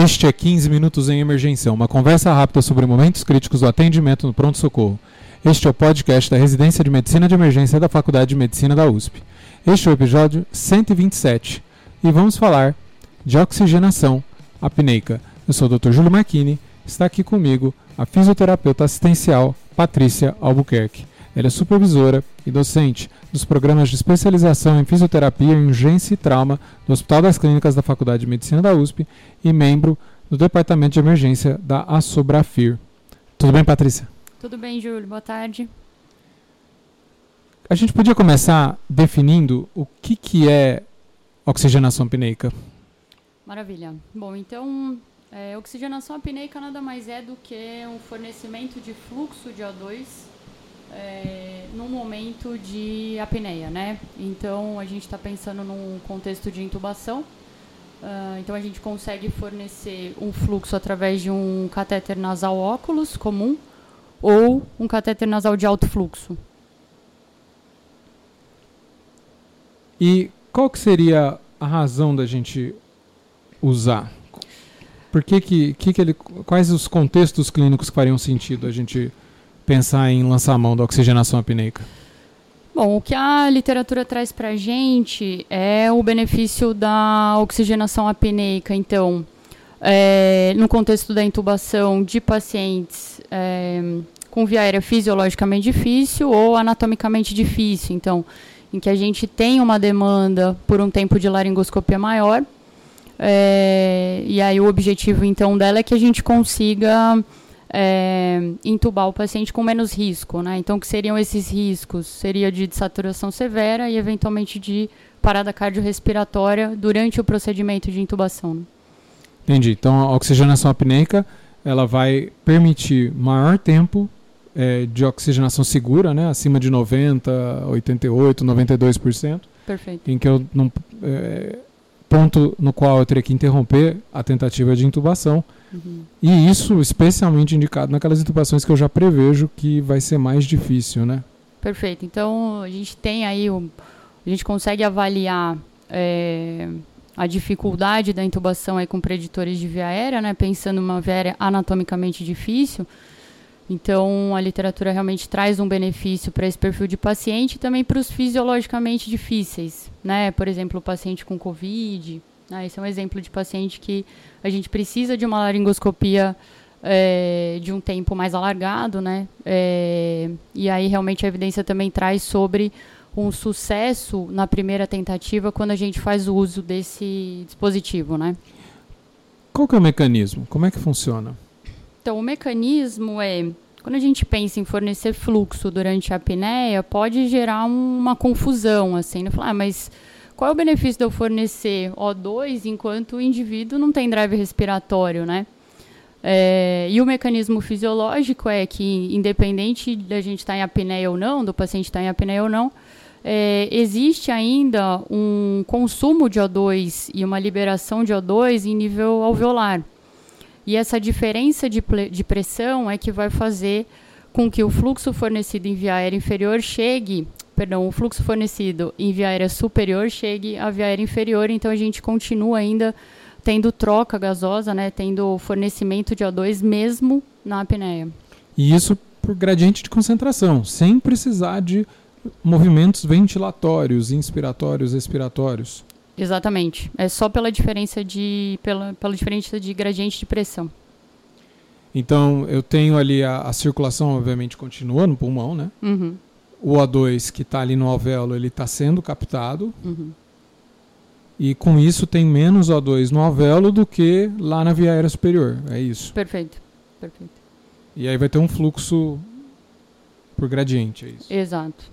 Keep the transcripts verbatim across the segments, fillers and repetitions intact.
Este é quinze Minutos em Emergência, uma conversa rápida sobre momentos críticos do atendimento no pronto-socorro. Este é o podcast da Residência de Medicina de Emergência da Faculdade de Medicina da U S P. Este é o episódio cento e vinte e sete e vamos falar de oxigenação apneica. Eu sou o doutor Júlio Marchini, está aqui comigo a fisioterapeuta assistencial Patrícia Albuquerque. Ela é supervisora e docente dos programas de especialização em fisioterapia, urgência e trauma do Hospital das Clínicas da Faculdade de Medicina da U S P e membro do Departamento de Emergência da Assobrafir. Tudo bem, Patrícia? Tudo bem, Júlio. Boa tarde. A gente podia começar definindo o que, que é oxigenação apneica. Maravilha. Bom, então, é, oxigenação apneica nada mais é do que um fornecimento de fluxo de O dois É, num momento de apneia, né? Então, a gente está pensando num contexto de intubação. Uh, então, a gente consegue fornecer um fluxo através de um catéter nasal óculos comum ou um catéter nasal de alto fluxo. E qual que seria a razão da gente usar? Por que que, que, que ele, quais os contextos clínicos que fariam sentido a gente pensar em lançar a mão da oxigenação apneica? Bom, o que a literatura traz para a gente é o benefício da oxigenação apneica. Então, é, no contexto da intubação de pacientes é, com via aérea fisiologicamente difícil ou anatomicamente difícil, então, em que a gente tem uma demanda por um tempo de laringoscopia maior, é, e aí o objetivo, então, dela é que a gente consiga É, intubar o paciente com menos risco, né? Então, o que seriam esses riscos? Seria de desaturação severa e, eventualmente, de parada cardiorrespiratória durante o procedimento de intubação. Né? Entendi. Então, a oxigenação apneica, ela vai permitir maior tempo é, de oxigenação segura, né? Acima de noventa, oitenta e oito, noventa e dois por cento. Perfeito. Em que eu não... É, ponto no qual eu teria que interromper a tentativa de intubação. Uhum. E isso especialmente indicado naquelas intubações que eu já prevejo que vai ser mais difícil, né? Perfeito. Então, a gente tem aí, o, a gente consegue avaliar é, a dificuldade da intubação aí com preditores de via aérea, né? Pensando numa via aérea anatomicamente difícil. Então, a literatura realmente traz um benefício para esse perfil de paciente e também para os fisiologicamente difíceis, né? Por exemplo, o paciente com Covid, né? Esse é um exemplo de paciente que a gente precisa de uma laringoscopia é, de um tempo mais alargado, né? É, e aí, realmente, a evidência também traz sobre um sucesso na primeira tentativa quando a gente faz o uso desse dispositivo, né? Qual que é o mecanismo? Como é que funciona? Então, o mecanismo é, quando a gente pensa em fornecer fluxo durante a apneia, pode gerar uma confusão, assim, né? Falar, ah, mas qual é o benefício de eu fornecer O dois enquanto o indivíduo não tem drive respiratório, né? É, e o mecanismo fisiológico é que, independente da gente estar em apneia ou não, do paciente estar em apneia ou não, é, existe ainda um consumo de O dois e uma liberação de O dois em nível alveolar. E essa diferença de, de pressão é que vai fazer com que o fluxo fornecido em via aérea inferior chegue, perdão, o fluxo fornecido em via aérea superior chegue à via aérea inferior, então a gente continua ainda tendo troca gasosa, né, tendo fornecimento de O dois mesmo na apneia. E isso por gradiente de concentração, sem precisar de movimentos ventilatórios, inspiratórios, expiratórios. Exatamente. É só pela diferença de, pela, pela diferença de gradiente de pressão. Então, eu tenho ali a, a circulação, obviamente, continua no pulmão, né? Uhum. O O dois que está ali no alvéolo, ele está sendo captado. Uhum. E com isso tem menos O dois no alvéolo do que lá na via aérea superior. É isso. Perfeito. Perfeito. E aí vai ter um fluxo por gradiente, é isso? Exato.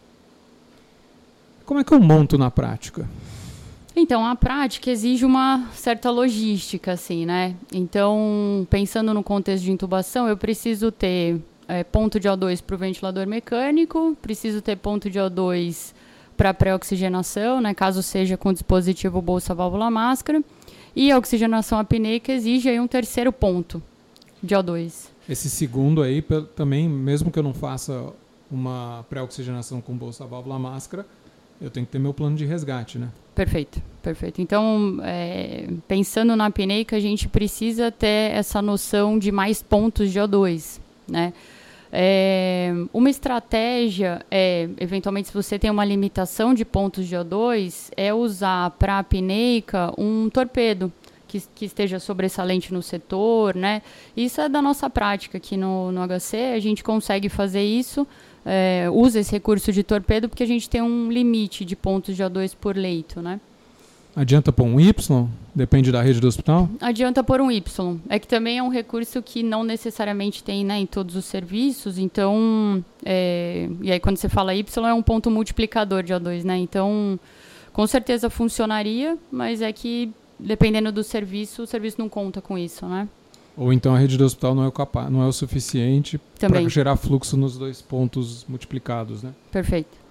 Como é que eu monto na prática? Então, a prática exige uma certa logística, assim, né? Então, pensando no contexto de intubação, eu preciso ter é, ponto de O dois para o ventilador mecânico, preciso ter ponto de O dois para pré-oxigenação, né? Caso seja com dispositivo bolsa, válvula, máscara. E a oxigenação apneica exige aí um terceiro ponto de O dois. Esse segundo aí, também, mesmo que eu não faça uma pré-oxigenação com bolsa, válvula, máscara, eu tenho que ter meu plano de resgate, né? Perfeito, perfeito. Então, é, pensando na apneica, a gente precisa ter essa noção de mais pontos de O dois, né? É, uma estratégia é, eventualmente, se você tem uma limitação de pontos de O dois, é usar para a apneica um torpedo que, que esteja sobressalente no setor, né? Isso é da nossa prática aqui no, no H C, a gente consegue fazer isso, é, usa esse recurso de torpedo porque a gente tem um limite de pontos de O dois por leito, né? Adianta pôr um Y? Depende da rede do hospital? Adianta pôr um Y. É que também é um recurso que não necessariamente tem, né, em todos os serviços. Então, é, e aí quando você fala Y, é um ponto multiplicador de O dois, né? Então, com certeza funcionaria, mas é que, dependendo do serviço, o serviço não conta com isso, né? Ou então a rede do hospital não é o, capa- não é o suficiente para gerar fluxo nos dois pontos multiplicados, né? Perfeito.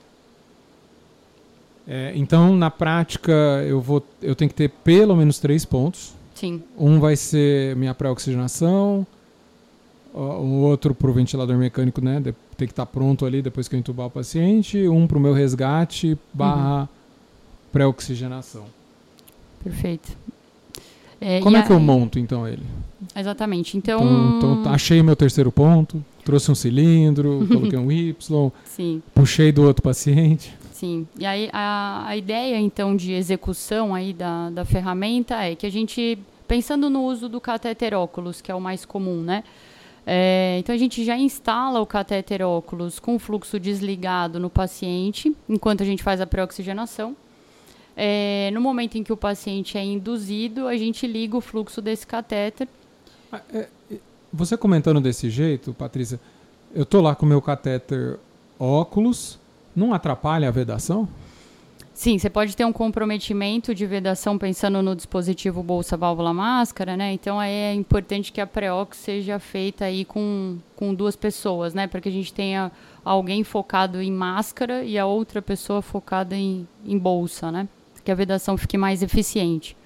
É, então, na prática, eu, vou, eu tenho que ter pelo menos três pontos. Sim. Um vai ser minha pré-oxigenação, o outro para o ventilador mecânico, né? De, tem que estar pronto ali depois que eu entubar o paciente. Um para o meu resgate barra uhum. pré-oxigenação. Perfeito. É, Como é a... que eu monto, então, ele? Exatamente. Então, então, então achei meu terceiro ponto, trouxe um cilindro, coloquei um Y, Sim. puxei do outro paciente. Sim, e aí a, a ideia, então, de execução aí da, da ferramenta é que a gente, pensando no uso do catéter óculos, que é o mais comum, né? É, então, a gente já instala o catéter óculos com o fluxo desligado no paciente, enquanto a gente faz a pré-oxigenação. É, no momento em que o paciente é induzido, a gente liga o fluxo desse catéter. Você comentando desse jeito, Patrícia, eu estou lá com o meu catéter óculos... Não atrapalha a vedação? Sim, você pode ter um comprometimento de vedação pensando no dispositivo bolsa, válvula, máscara, né? Então, aí é importante que a pré-ox seja feita aí com, com duas pessoas, né? Para que a gente tenha alguém focado em máscara e a outra pessoa focada em, em bolsa, né? Que a vedação fique mais eficiente.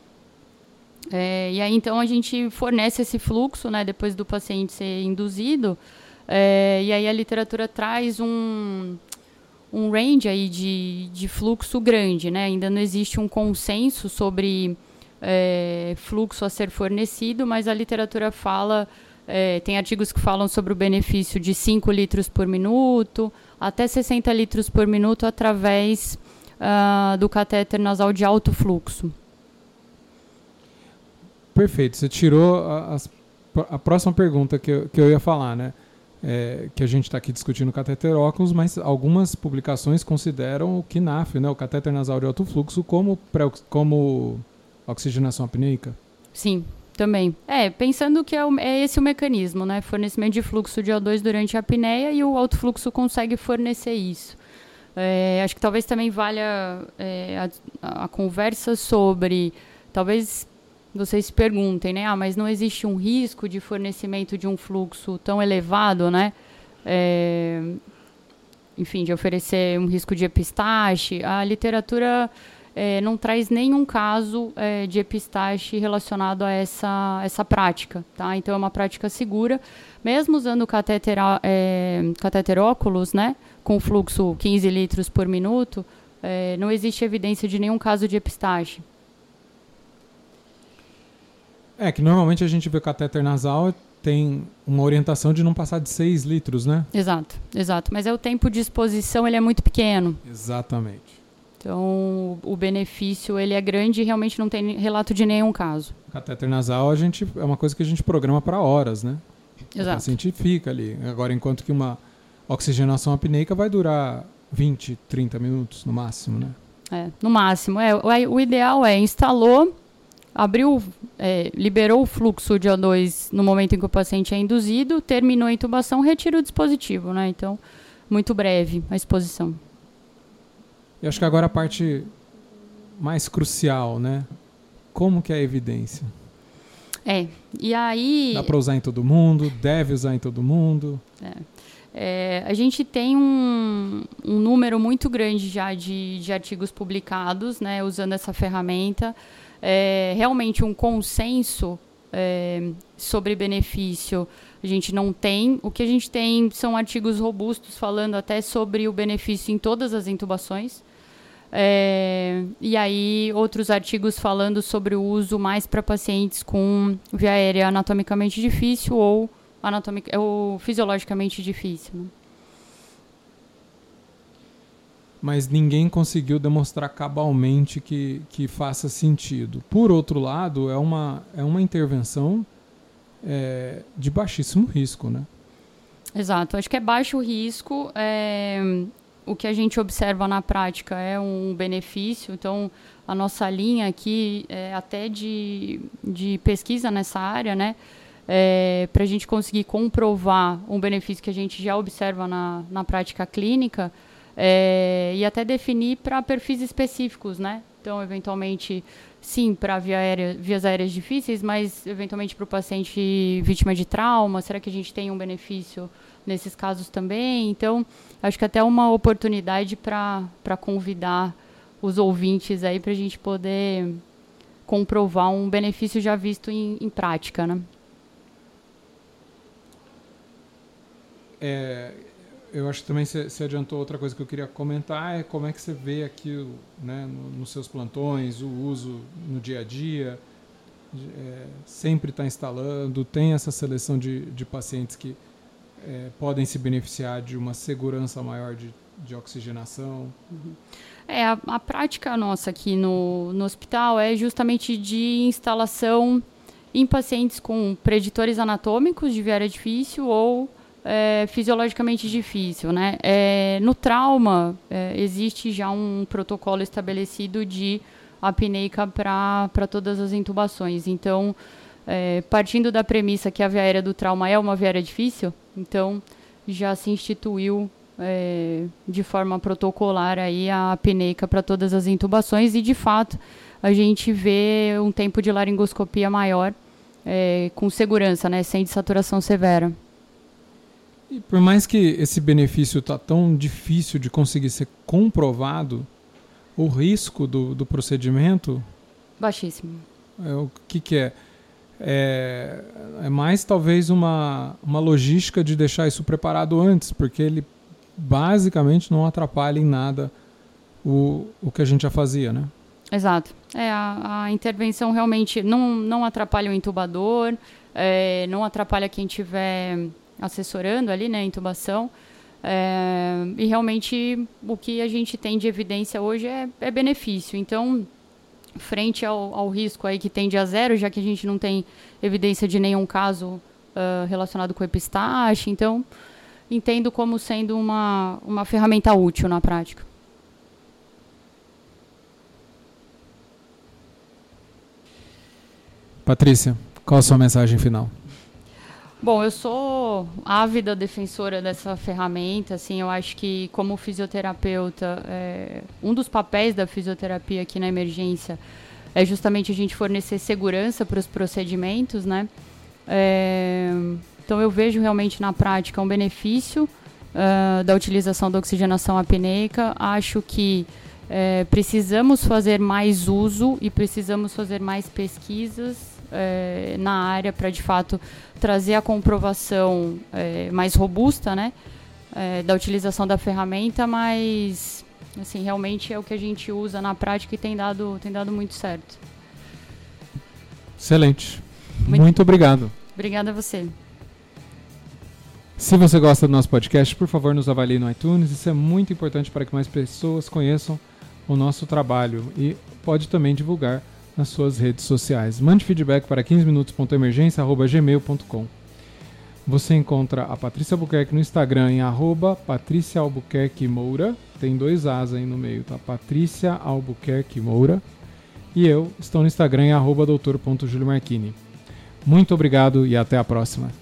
É, e aí, então, a gente fornece esse fluxo, né? Depois do paciente ser induzido. É, e aí, a literatura traz um... um range aí de, de fluxo grande, né? Ainda não existe um consenso sobre é, fluxo a ser fornecido, mas a literatura fala, é, tem artigos que falam sobre o benefício de cinco litros por minuto, até sessenta litros por minuto através uh, do catéter nasal de alto fluxo. Perfeito, você tirou a, a, a próxima pergunta que eu, que eu ia falar, né? É, que a gente está aqui discutindo o catéter óculos, mas algumas publicações consideram o K N A F, né, o catéter nasal de alto fluxo, como, pré, como oxigenação apneica. Sim, também. É, pensando que é, o, é esse o mecanismo, né, fornecimento de fluxo de O dois durante a apneia e o alto fluxo consegue fornecer isso. É, acho que talvez também valha é, a, a conversa sobre, talvez... vocês se perguntem, né? Ah, mas não existe um risco de fornecimento de um fluxo tão elevado, né? É, enfim, de oferecer um risco de epistaxe. A literatura é, não traz nenhum caso é, de epistaxe relacionado a essa, essa prática, tá? Então, é uma prática segura. Mesmo usando o catéter, é, catéter óculos, né? Com fluxo quinze litros por minuto, é, não existe evidência de nenhum caso de epistaxe. É, que normalmente a gente vê o catéter nasal tem uma orientação de não passar de seis litros, né? Exato, exato. Mas é o tempo de exposição, ele é muito pequeno. Exatamente. Então, o benefício, ele é grande e realmente não tem relato de nenhum caso. O catéter nasal a gente, é uma coisa que a gente programa para horas, né? Exato. O paciente fica ali. Agora, enquanto que uma oxigenação apneica vai durar vinte, trinta minutos no máximo, né? É, no máximo. É, o, o ideal é, instalou... abriu, é, liberou o fluxo de O dois no momento em que o paciente é induzido, terminou a intubação, retira o dispositivo, né? Então, muito breve a exposição. E acho que agora a parte mais crucial, né? Como que é a evidência? É, e aí... Dá para usar em todo mundo? Deve usar em todo mundo? É. É, a gente tem um, um número muito grande já de, de artigos publicados, né? Usando essa ferramenta. É, realmente um consenso é, sobre benefício a gente não tem. O que a gente tem são artigos robustos falando até sobre o benefício em todas as intubações. É, e aí, outros artigos falando sobre o uso mais para pacientes com via aérea anatomicamente difícil ou, anatomic, ou fisiologicamente difícil. Né? Mas ninguém conseguiu demonstrar cabalmente que, que faça sentido. Por outro lado, é uma, é uma intervenção é, de baixíssimo risco, né? Exato. Acho que é baixo risco. É, o que a gente observa na prática é um benefício. Então, a nossa linha aqui, é, até de, de pesquisa nessa área, né? É, para a gente conseguir comprovar um benefício que a gente já observa na, na prática clínica, É, e até definir para perfis específicos, né? Então, eventualmente, sim, para via aérea, vias aéreas difíceis, mas eventualmente para o paciente vítima de trauma, será que a gente tem um benefício nesses casos também? Então, acho que até uma oportunidade para para convidar os ouvintes aí para a gente poder comprovar um benefício já visto em, em prática, né? É... Eu acho que também você adiantou outra coisa que eu queria comentar, é como é que você vê aquilo, né, no, nos seus plantões, o uso no dia a dia, é, sempre está instalando, tem essa seleção de, de pacientes que é, podem se beneficiar de uma segurança maior de, de oxigenação. Uhum. É, a, a prática nossa aqui no, no hospital é justamente de instalação em pacientes com preditores anatômicos de via aérea difícil ou É, fisiologicamente difícil, né? É, no trauma, é, existe já um protocolo estabelecido de apneica para todas as intubações. Então, é, partindo da premissa que a via aérea do trauma é uma via aérea difícil, então já se instituiu é, de forma protocolar aí a apneica para todas as intubações e, de fato, a gente vê um tempo de laringoscopia maior é, com segurança, né? Sem desaturação severa. E por mais que esse benefício está tão difícil de conseguir ser comprovado, o risco do, do procedimento... Baixíssimo. É, o que, que é? é? É mais talvez uma, uma logística de deixar isso preparado antes, porque ele basicamente não atrapalha em nada o, o que a gente já fazia, né? Exato. É, a, a intervenção realmente não, não atrapalha o intubador, é, não atrapalha quem tiver assessorando ali, né, a intubação. É, e realmente o que a gente tem de evidência hoje é, é benefício. Então, frente ao, ao risco aí que tende a zero, já que a gente não tem evidência de nenhum caso uh, relacionado com epistaxe, então entendo como sendo uma, uma ferramenta útil na prática. Patrícia, qual a sua mensagem final? Bom, eu sou ávida defensora dessa ferramenta, assim, eu acho que como fisioterapeuta, é, um dos papéis da fisioterapia aqui na emergência é justamente a gente fornecer segurança para os procedimentos, né? É, então eu vejo realmente na prática um benefício uh, da utilização da oxigenação apneica. Acho que é, precisamos fazer mais uso e precisamos fazer mais pesquisas É, na área para, de fato, trazer a comprovação é, mais robusta, né, é, da utilização da ferramenta, mas, assim, realmente é o que a gente usa na prática e tem dado, tem dado muito certo. Excelente. Muito, muito obrigado. Obrigada a você. Se você gosta do nosso podcast, por favor, nos avalie no iTunes. Isso é muito importante para que mais pessoas conheçam o nosso trabalho e pode também divulgar nas suas redes sociais. Mande feedback para quinze minutos ponto emergência arroba gmail ponto com. Você encontra a Patrícia Albuquerque no Instagram em arroba Patrícia Albuquerque Moura. Tem dois As aí no meio, tá? Patrícia Albuquerque Moura. E eu estou no Instagram em arroba doutor ponto julio marchini. Muito obrigado e até a próxima.